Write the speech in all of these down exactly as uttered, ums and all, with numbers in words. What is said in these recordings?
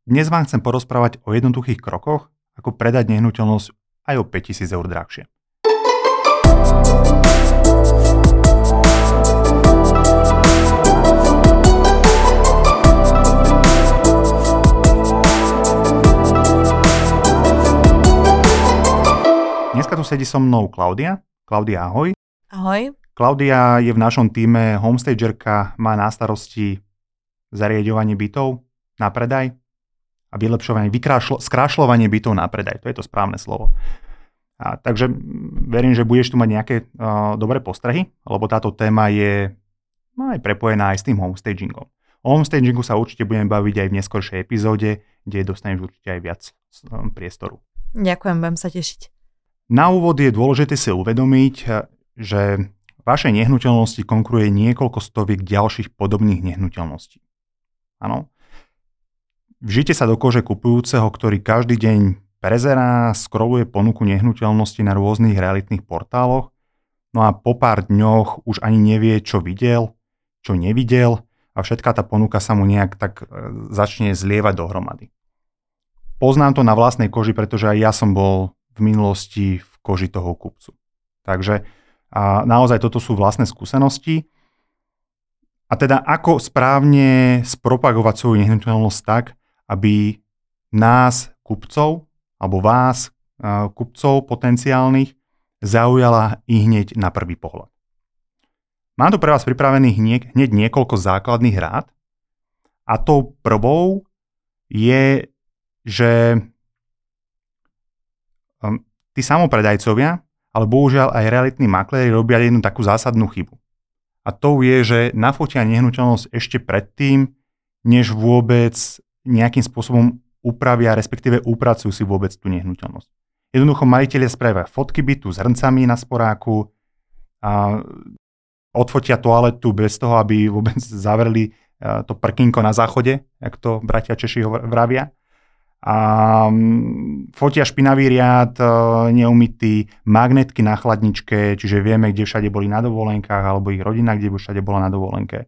Dnes vám chcem porozprávať o jednoduchých krokoch, ako predať nehnuteľnosť aj o päťtisíc eur drahšie. Dneska tu sedí so mnou Klaudia. Klaudia, ahoj. Ahoj. Klaudia je v našom týme homestagerka, má na starosti zariaďovanie bytov na predaj a vylepšovanie, vykrášlo, skrášľovanie bytov na predaj. To je to správne slovo. A, takže verím, že budeš tu mať nejaké uh, dobré postrehy, lebo táto téma je no, aj prepojená aj s tým homestagingom. O homestagingu sa určite budeme baviť aj v neskoršej epizóde, kde dostaneš určite aj viac um, priestoru. Ďakujem, budem sa tešiť. Na úvod je dôležité si uvedomiť, že vašej nehnuteľnosti konkuruje niekoľko stoviek ďalších podobných nehnuteľností. Áno. Vžite sa do kože kupujúceho, ktorý každý deň prezerá, scrolluje ponuku nehnuteľnosti na rôznych realitných portáloch, no a po pár dňoch už ani nevie, čo videl, čo nevidel a všetká tá ponuka sa mu nejak tak začne zlievať dohromady. Poznám to na vlastnej koži, pretože aj ja som bol v minulosti v koži toho kupcu. Takže a naozaj toto sú vlastné skúsenosti. A teda ako správne spropagovať svoju nehnuteľnosť tak, aby nás, kupcov, alebo vás, kupcov potenciálnych, zaujala i hneď na prvý pohľad. Mám tu pre vás pripravených nie, hneď niekoľko základných rád. A tou prvou je, že um, tí samopredajcovia, ale bohužiaľ aj realitní makléri robia jednu takú zásadnú chybu. A to je, že nafotia nehnuteľnosť ešte predtým, než vôbec nejakým spôsobom upravia, respektíve upracujú si vôbec tú nehnuteľnosť. Jednoducho majitelia spravia fotky bytu s hrncami na sporáku, a odfotia toaletu bez toho, aby vôbec zavreli to prkínko na záchode, jak to bratia Češi vravia. A fotia špinavý riad, neumytý, magnetky na chladničke, čiže vieme, kde všade boli na dovolenkách, alebo ich rodina, kde všade bola na dovolenke.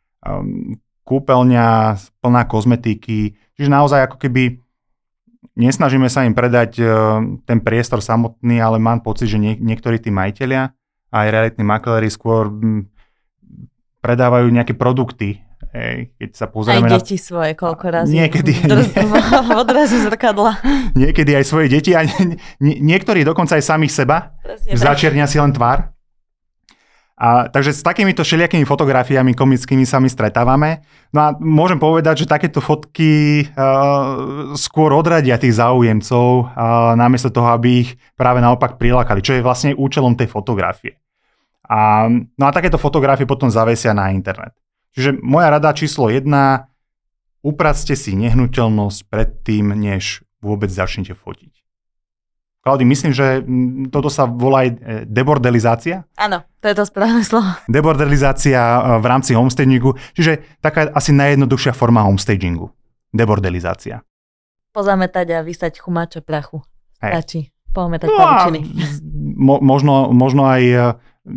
Kúpeľňa plná kozmetiky, čiže naozaj ako keby nesnažíme sa im predať ten priestor samotný, ale mám pocit, že nie, niektorí tí majitelia a aj realitní makléri skôr predávajú nejaké produkty. Ej, keď sa pozrieme aj na... deti svoje, koľko razy niekedy, odrazu zrkadla. Niekedy aj svoje deti a nie, nie, niektorí dokonca aj samých seba. Začernia si len tvár. A, takže s takýmito všelijakými fotografiami komickými sa my stretávame. No a môžem povedať, že takéto fotky uh, skôr odradia tých záujemcov, uh, namiesto toho, aby ich práve naopak prilákali, čo je vlastne účelom tej fotografie. A, no a takéto fotografie potom zavesia na internet. Čiže moja rada číslo jedna, upracte si nehnuteľnosť predtým, než vôbec začnete fotiť. Klaudii, myslím, že toto sa volá aj debordelizácia. Áno, to je to správne slovo. Debordelizácia v rámci homestagingu, čiže taká asi najjednoduchšia forma homestagingu. Debordelizácia. Pozametať a vysať chumáče prachu. Stačí. Pometať no pavučiny. Mo, možno, možno aj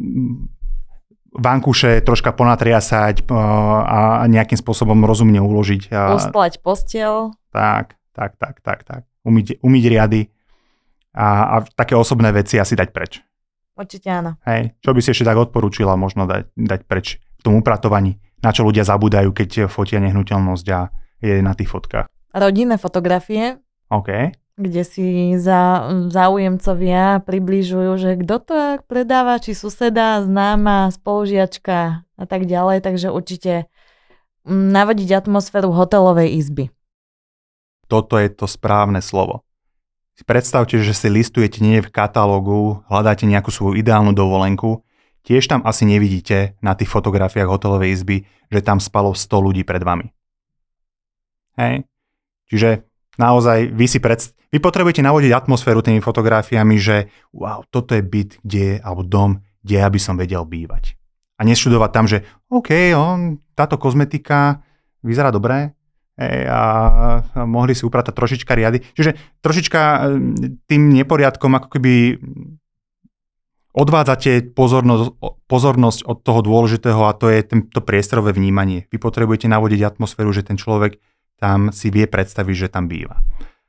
vankuše troška ponatriasať a nejakým spôsobom rozumne uložiť. Ustlať posteľ. Tak, tak, tak, tak, tak. Umyť, umyť riady. A, a také osobné veci asi dať preč. Určite áno. Hej, čo by si ešte tak odporúčila možno dať, dať preč v tom upratovaní, na čo ľudia zabúdajú, keď fotia nehnuteľnosť a je na tých fotkách? Rodinné fotografie, OK. Kde si za, záujemcovia približujú, že kto to predáva, či suseda, známa, spolužiačka a tak ďalej, takže určite navodiť atmosféru hotelovej izby. Toto je to správne slovo. Predstavte, že si listujete nie v katalógu, hľadáte nejakú svoju ideálnu dovolenku, tiež tam asi nevidíte na tých fotografiách hotelovej izby, že tam spalo sto ľudí pred vami. Hej. Čiže naozaj vy si predst- vy potrebujete navodiť atmosféru tými fotografiami, že wow, toto je byt, kde, alebo dom, kde ja by som vedel bývať. A neštudovať tam, že OK, on, táto kozmetika vyzerá dobre, a mohli si upratať trošička riady. Čiže trošička tým neporiadkom ako keby odvádzate pozornosť, pozornosť od toho dôležitého a to je tento priestorové vnímanie. Vy potrebujete navodiť atmosféru, že ten človek tam si vie predstaviť, že tam býva.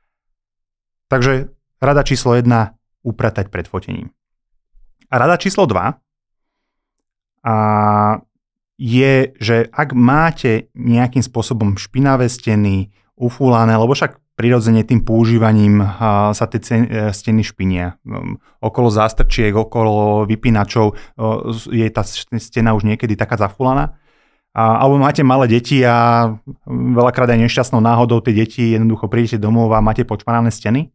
Takže rada číslo jedna, upratať pred fotením. A rada číslo dva a je, že ak máte nejakým spôsobom špinavé steny, ufúlané, lebo však prirodzene tým používaním sa tie steny špinia. Okolo zástrčiek, okolo vypínačov je tá stena už niekedy taká zafúlaná. Alebo máte malé deti a veľakrát aj nešťastnou náhodou tie deti jednoducho prídete domov a máte počpanané steny.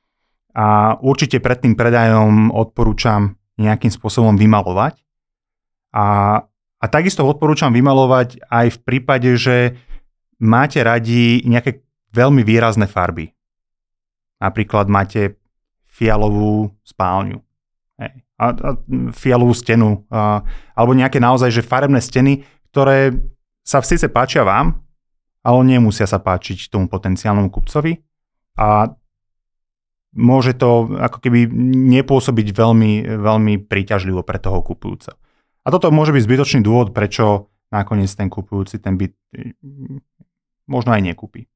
A určite pred tým predajom odporúčam nejakým spôsobom vymalovať. A, a takisto odporúčam vymalovať aj v prípade, že máte radi nejaké veľmi výrazné farby. Napríklad máte fialovú spálňu. Hej. A, a fialovú stenu. A, alebo nejaké naozaj že farebné steny, ktoré sa síce páčia vám, ale nemusia sa páčiť tomu potenciálnemu kupcovi. A môže to ako keby nepôsobiť veľmi, veľmi príťažlivo pre toho kupujúceho. A toto môže byť zbytočný dôvod, prečo nakoniec ten kupujúci ten byt možno aj nekúpi.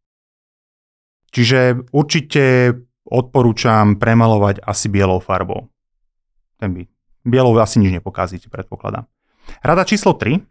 Čiže určite odporúčam premalovať asi bielou farbou ten byt. Bielou asi nič nepokazíte, predpokladám. Rada číslo tri.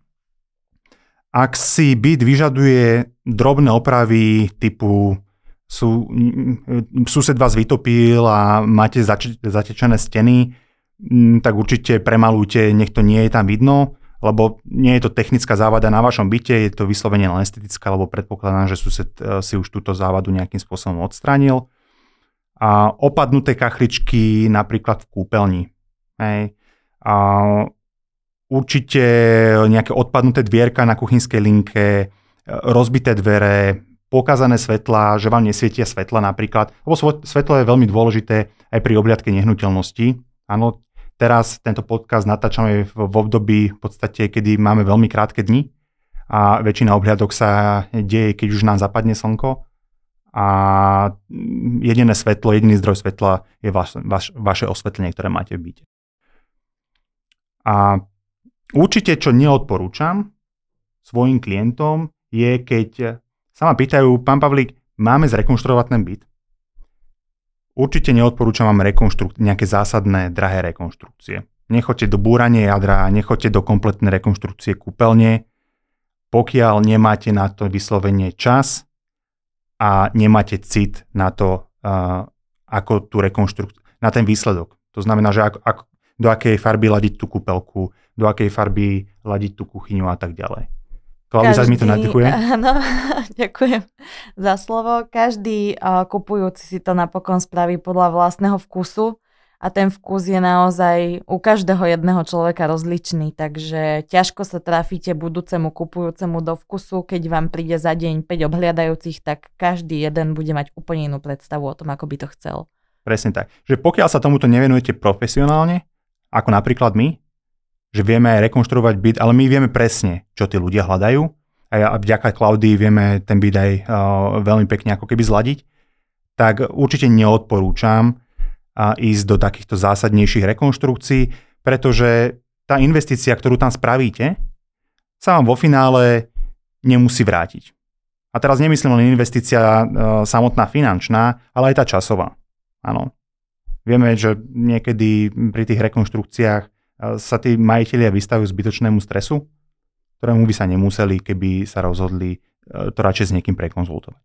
Ak si byt vyžaduje drobné opravy typu sú, sused vás vytopil a máte zač- zatečené steny, tak určite premalujte, nech to nie je tam vidno, lebo nie je to technická závada na vašom byte, je to vyslovene len estetická, lebo predpokladám, že sused si už túto závadu nejakým spôsobom odstránil. A opadnuté kachličky napríklad v kúpeľni. Hej. A určite nejaké odpadnuté dvierka na kuchynskej linke, rozbité dvere, pokazané svetlá, že vám nesvietia svetla napríklad, lebo svetlo je veľmi dôležité aj pri obhliadke nehnuteľností. Áno, teraz tento podcast natáčame v období v podstate, kedy máme veľmi krátke dni a väčšina obhliadok sa deje, keď už nám zapadne slnko a jediné svetlo, jediný zdroj svetla je vaš, vaš, vaše osvetlenie, ktoré máte v byte. A určite, čo neodporúčam svojim klientom, je, keď sa ma pýtajú, pán Pavlík, máme zrekonštruovať ten byt? Určite neodporúčam vám rekonštru- nejaké zásadné, drahé rekonštrukcie. Nechoďte do búrania jadra, nechoďte do kompletnej rekonštrukcie kúpeľne, pokiaľ nemáte na to vyslovene čas a nemáte cit na to, uh, ako tú rekonštrukciu, na ten výsledok. To znamená, že ako, ako, do akej farby ladiť tú kúpeľku, do akej farby ladiť tú kuchyňu a tak ďalej. Klaudia mi to nadýchuje. Áno, ďakujem za slovo. Každý uh, kupujúci si to napokon spraví podľa vlastného vkusu a ten vkus je naozaj u každého jedného človeka rozličný, takže ťažko sa trafíte budúcemu kupujúcemu do vkusu, keď vám príde za deň päť obhliadajúcich, tak každý jeden bude mať úplne inú predstavu o tom, ako by to chcel. Presne tak. Že pokiaľ sa tomuto nevenujete profesionálne, ako napríklad my, že vieme aj rekonštruovať byt, ale my vieme presne, čo tí ľudia hľadajú. A vďaka Klaudii vieme ten byt aj uh, veľmi pekne ako keby zladiť. Tak určite neodporúčam uh, ísť do takýchto zásadnejších rekonštrukcií, pretože tá investícia, ktorú tam spravíte, sa vám vo finále nemusí vrátiť. A teraz nemyslím len investícia uh, samotná finančná, ale aj tá časová. Áno. Vieme, že niekedy pri tých rekonštrukciách sa tí majitelia vystavujú zbytočnému stresu, ktorému by sa nemuseli, keby sa rozhodli to radšej s niekým prekonzultovať.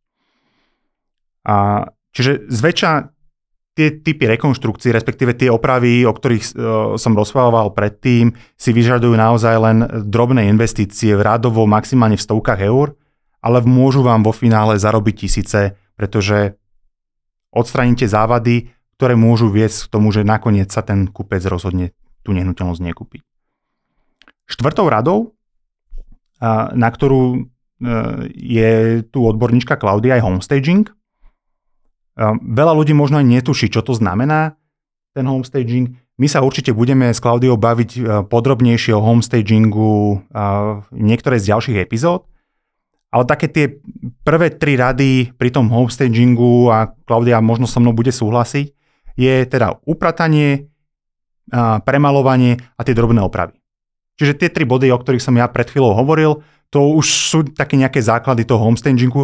A čiže zväčša tie typy rekonštrukcií, respektíve tie opravy, o ktorých som rozprával predtým, si vyžadujú naozaj len drobné investície v rádovo maximálne v stovkách eur, ale môžu vám vo finále zarobiť tisíce, pretože odstraníte závady, ktoré môžu viesť k tomu, že nakoniec sa ten kupec rozhodne tú nehnuteľnosť nekúpiť. Štvrtou radou, na ktorú je tu odborníčka Klaudia, aj homestaging. Veľa ľudí možno aj netuší, čo to znamená, ten homestaging. My sa určite budeme s Klaudiou baviť podrobnejšie o homestagingu v niektorej z ďalších epizód, ale také tie prvé tri rady pri tom homestagingu, a Klaudia možno so mnou bude súhlasiť, je teda upratanie, premalovanie a tie drobné opravy. Čiže tie tri body, o ktorých som ja pred chvíľou hovoril, to už sú také nejaké základy toho homestagingu,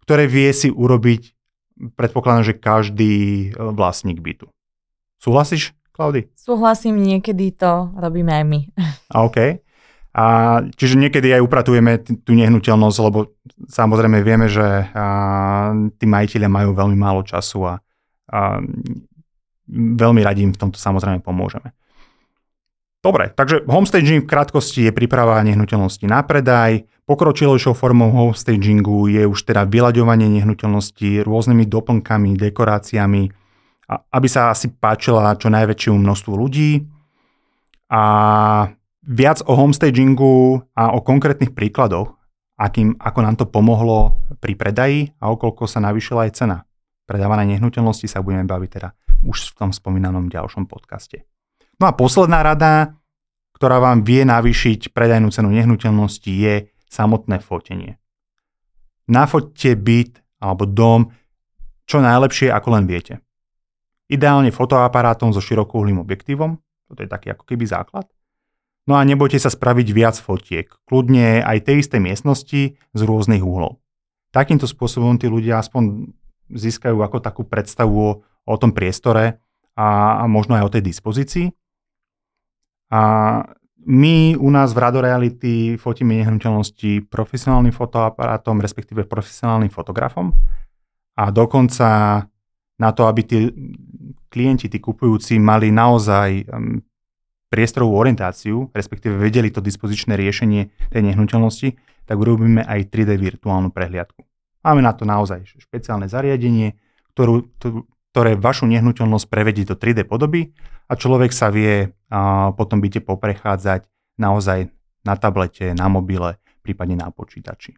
ktoré vie si urobiť, predpokladám, že každý vlastník bytu. Súhlasíš, Klaudy? Súhlasím, niekedy to robíme aj my. A OK. A čiže niekedy aj upratujeme t- tú nehnuteľnosť, lebo samozrejme vieme, že a, tí majiteľia majú veľmi málo času a, a veľmi radi im v tomto samozrejme pomôžeme. Dobre, takže homestaging v krátkosti je príprava nehnuteľnosti na predaj. Pokročilejšou formou homestagingu je už teda vyľaďovanie nehnuteľnosti rôznymi doplnkami, dekoráciami, aby sa asi páčila čo najväčšiemu množstvu ľudí. A viac o homestagingu a o konkrétnych príkladoch, akým, ako nám to pomohlo pri predaji a okoľko sa navýšila aj cena predávanej nehnuteľnosti, sa budeme baviť teda už v tom spomínanom ďalšom podcaste. No a posledná rada, ktorá vám vie navýšiť predajnú cenu nehnuteľnosti, je samotné fotenie. Nafoťte byt alebo dom čo najlepšie, ako len viete. Ideálne fotoaparátom so širokouhlým objektívom, toto je taký ako keby základ. No a nebojte sa spraviť viac fotiek, kľudne aj tej istej miestnosti z rôznych uhlov. Takýmto spôsobom tí ľudia aspoň získajú ako takú predstavu o, o tom priestore a, a možno aj o tej dispozícii. A my u nás v Rado Reality fotíme nehnuteľnosti profesionálnym fotoaparátom, respektíve profesionálnym fotografom. A dokonca na to, aby tí klienti, tí kupujúci mali naozaj um, priestorovú orientáciu, respektíve vedeli to dispozičné riešenie tej nehnuteľnosti, tak urobíme aj tri dé virtuálnu prehliadku. Máme na to naozaj špeciálne zariadenie, ktorú, ktoré vašu nehnuteľnosť prevedie do tri dé podoby a človek sa vie a, potom byte poprechádzať naozaj na tablete, na mobile, prípadne na počítači.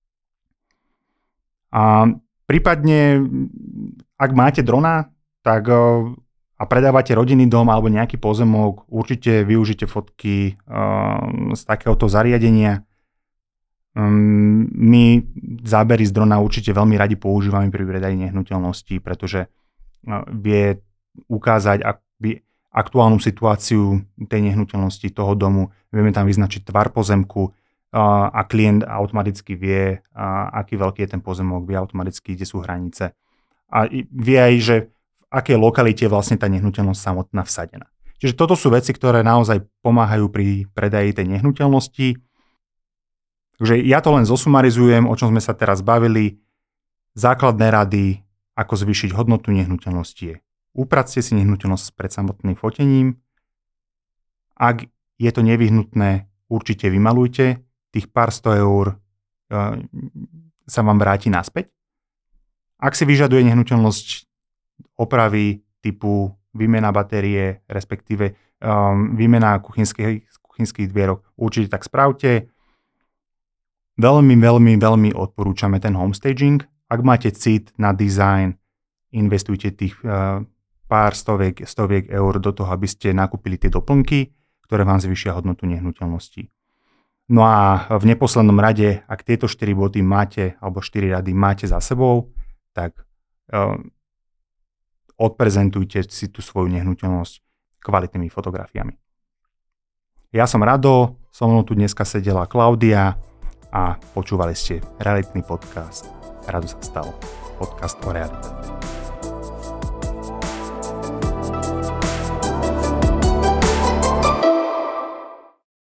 A prípadne, ak máte drona, tak a predávate rodinný dom alebo nejaký pozemok, určite využite fotky uh, z takéhoto zariadenia. Um, my zábery z drona určite veľmi radi používame pri predaji nehnuteľností, pretože uh, vie ukázať ak, vie, aktuálnu situáciu tej nehnuteľnosti, toho domu. Vieme tam vyznačiť tvar pozemku uh, a klient automaticky vie, uh, aký veľký je ten pozemok, vie automaticky, kde sú hranice. A vie aj, že v akej lokalite je vlastne tá nehnuteľnosť samotná vsadená. Čiže toto sú veci, ktoré naozaj pomáhajú pri predaji tej nehnuteľnosti. Takže ja to len zosumarizujem, o čom sme sa teraz bavili. Základné rady, ako zvýšiť hodnotu nehnuteľnosti je: upracte si nehnuteľnosť pred samotným fotením. Ak je to nevyhnutné, určite vymalujte. Tých pár sto eur uh, sa vám vráti naspäť. Ak si vyžaduje nehnuteľnosť opravy typu výmena batérie, respektíve um, výmena kuchynských, kuchynských dvierok, určite tak spravte. Veľmi, veľmi, veľmi odporúčame ten homestaging. Ak máte cit na design, investujte tých uh, pár stoviek, stoviek eur do toho, aby ste nakúpili tie doplnky, ktoré vám zvýšia hodnotu nehnuteľnosti. No a v neposlednom rade, ak tieto štyri body máte, alebo štyri rady máte za sebou, tak uh, odprezentujte si tú svoju nehnuteľnosť kvalitnými fotografiami. Ja som Rado, so mnou tu dneska sedela Klaudia a počúvali ste realitný podcast Rado sa stal, podcast o realite.